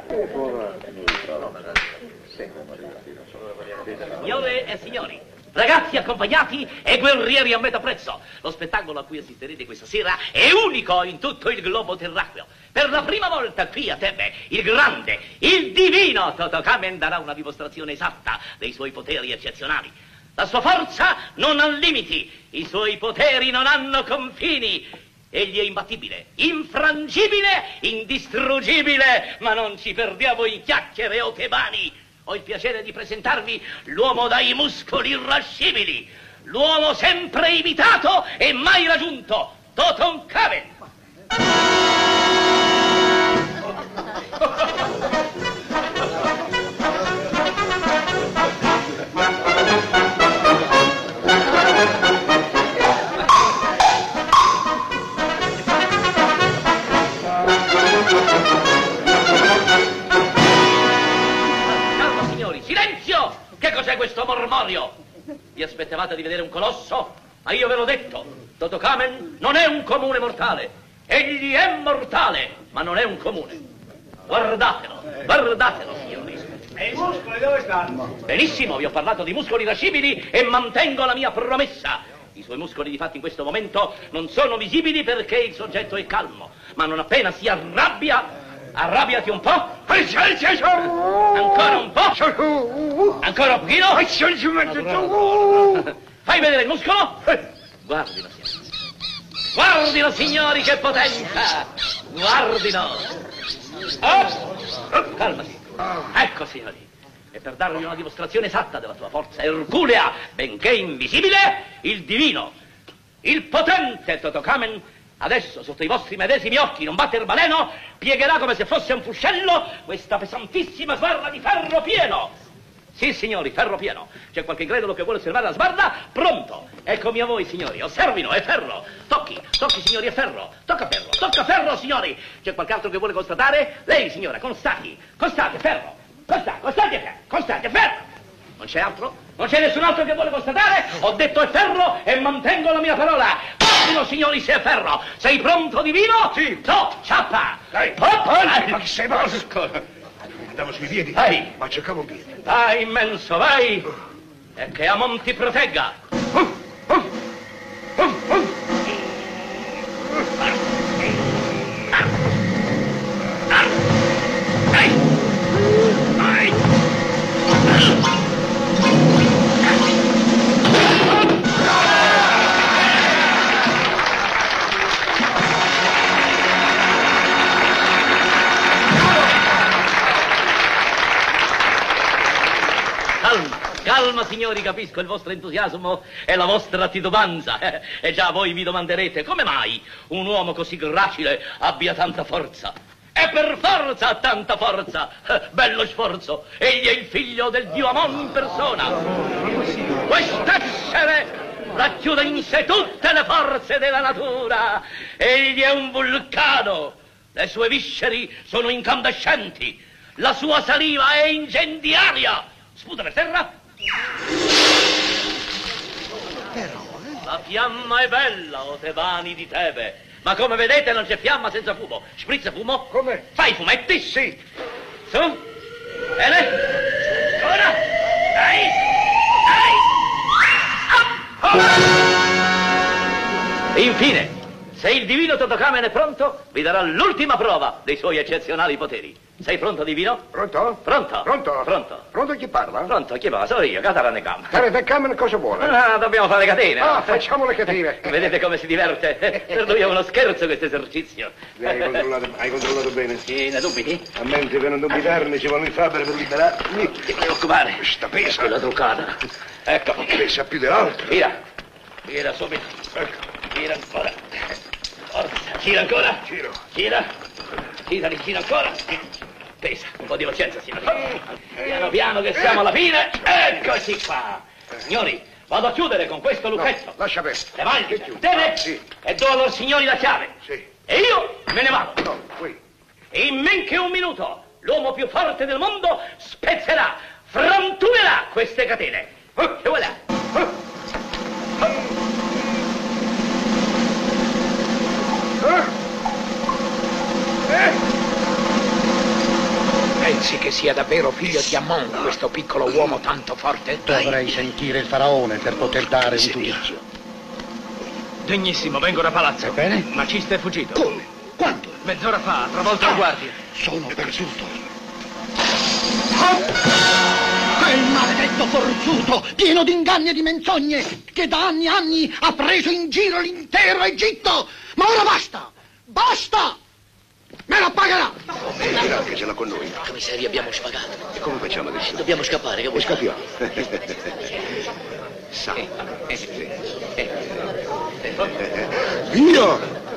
Signore e signori, ragazzi accompagnati e guerrieri a metà prezzo, lo spettacolo a cui assisterete questa sera è unico in tutto il globo terracqueo. Per la prima volta qui a Tebe, il grande, il divino Totokamen darà una dimostrazione esatta dei suoi poteri eccezionali. La sua forza non ha limiti, i suoi poteri non hanno confini. Egli è imbattibile, infrangibile, indistruggibile, ma non ci perdiamo in chiacchiere o chebani. Ho il piacere di presentarvi l'uomo dai muscoli irascibili, l'uomo sempre imitato e mai raggiunto, Totokamen. Che cos'è questo mormorio? Vi aspettavate di vedere un colosso? Ma io ve l'ho detto, Totokamen non è un comune mortale. Egli è mortale, ma non è un comune. Guardatelo, guardatelo, signori. E i muscoli dove stanno? Benissimo, vi ho parlato di muscoli irascibili e mantengo la mia promessa. I suoi muscoli, difatti, in questo momento non sono visibili perché il soggetto è calmo. Ma non appena si arrabbia... Arrabbiati un po'. Ancora un po'. Ancora un pochino. Fai vedere il muscolo. Guardilo, signori. Guardilo, signori, che potenza. Guardilo. Calmati. Ecco, signori. E per darvi una dimostrazione esatta della sua forza erculea, benché invisibile, il divino, il potente Totokamen, adesso, sotto i vostri medesimi occhi, non batte il baleno, piegherà come se fosse un fuscello questa pesantissima sbarra di ferro pieno. Sì, signori, ferro pieno. C'è qualche incredulo che vuole osservare la sbarra? Pronto. Eccomi a voi, signori. Osservino, è ferro. Tocchi, signori, è ferro. Tocca ferro, signori. C'è qualche altro che vuole constatare? Lei, signora, constate, ferro. Constate, ferro. Non c'è altro? Non c'è nessun altro che vuole constatare? Ho detto è ferro e mantengo la mia parola. Guardino, signori, se è ferro. Sei pronto, divino? Sì. So, ciappa. Dai. Ma che sei brusco? Andiamo sui piedi. Vai. Ma cercavo un piede. Vai, immenso, vai. E che Amon ti protegga. Calma, signori, capisco il vostro entusiasmo e la vostra titubanza. E già voi vi domanderete come mai un uomo così gracile abbia tanta forza. E per forza ha tanta forza. Bello sforzo. Egli è il figlio del dio Amon in persona. Quest'essere racchiude in sé tutte le forze della natura. Egli è un vulcano. Le sue visceri sono incandescenti. La sua saliva è incendiaria. Sputa per terra. La fiamma è bella, o tebani di Tebe. Ma come vedete non c'è fiamma senza fumo. Sprizza fumo? Come? Fai fumetti? Sì. Su. Bene. Ora. Dai. Infine, se il divino Totokamen è pronto, vi darà l'ultima prova dei suoi eccezionali poteri. Sei pronto, divino? Pronto? Pronto? Pronto? Pronto? Pronto chi parla? Pronto, chi va? Sono io, Kataranekam. Totokamen cosa vuole? Ah, dobbiamo fare le catene. Ah, facciamo le catene. Vedete come si diverte? Per lui è uno scherzo questo esercizio. Hai controllato bene? Sì, ne dubiti? A mente per non dubitarne ci vuole il fabbro per liberarmi. Non ti preoccupare. Questa pesa. Quella truccata. Ecco. Pesa più dell'altro. Gira subito. Ecco. Gira ancora. Forza. Gira ancora. Giro. Gira ancora. Pesa, un po' di pazienza, signore. Piano piano che siamo alla fine. Eccoci qua. Signori, vado a chiudere con questo lucchetto. No, lascia perdere. Le mani, Che chiude? bene? Sì. E do loro signori la chiave. Sì. E io me ne vado. No, qui. E in men che un minuto, l'uomo più forte del mondo spezzerà, frantumerà queste catene. E voilà. Pensi che sia davvero figlio di Ammon, questo piccolo uomo tanto forte? Dovrei sentire il faraone per poter dare un giudizio. Degnissimo, vengo da palazzo. Ebbene? Macista è fuggito. Come? Quando? Mezz'ora fa, ha travolto la guardia. Sono perduto. Quel maledetto forzuto, pieno di inganni e di menzogne, che da anni e anni ha preso in giro l'intero Egitto. Ma ora basta! Basta! Me la pagherà! Grazie, ce l'ha con noi. Porca miseria, abbiamo spagato. E come facciamo adesso? Dobbiamo scappare, che vuoi? Scappiamo. Sa. Via!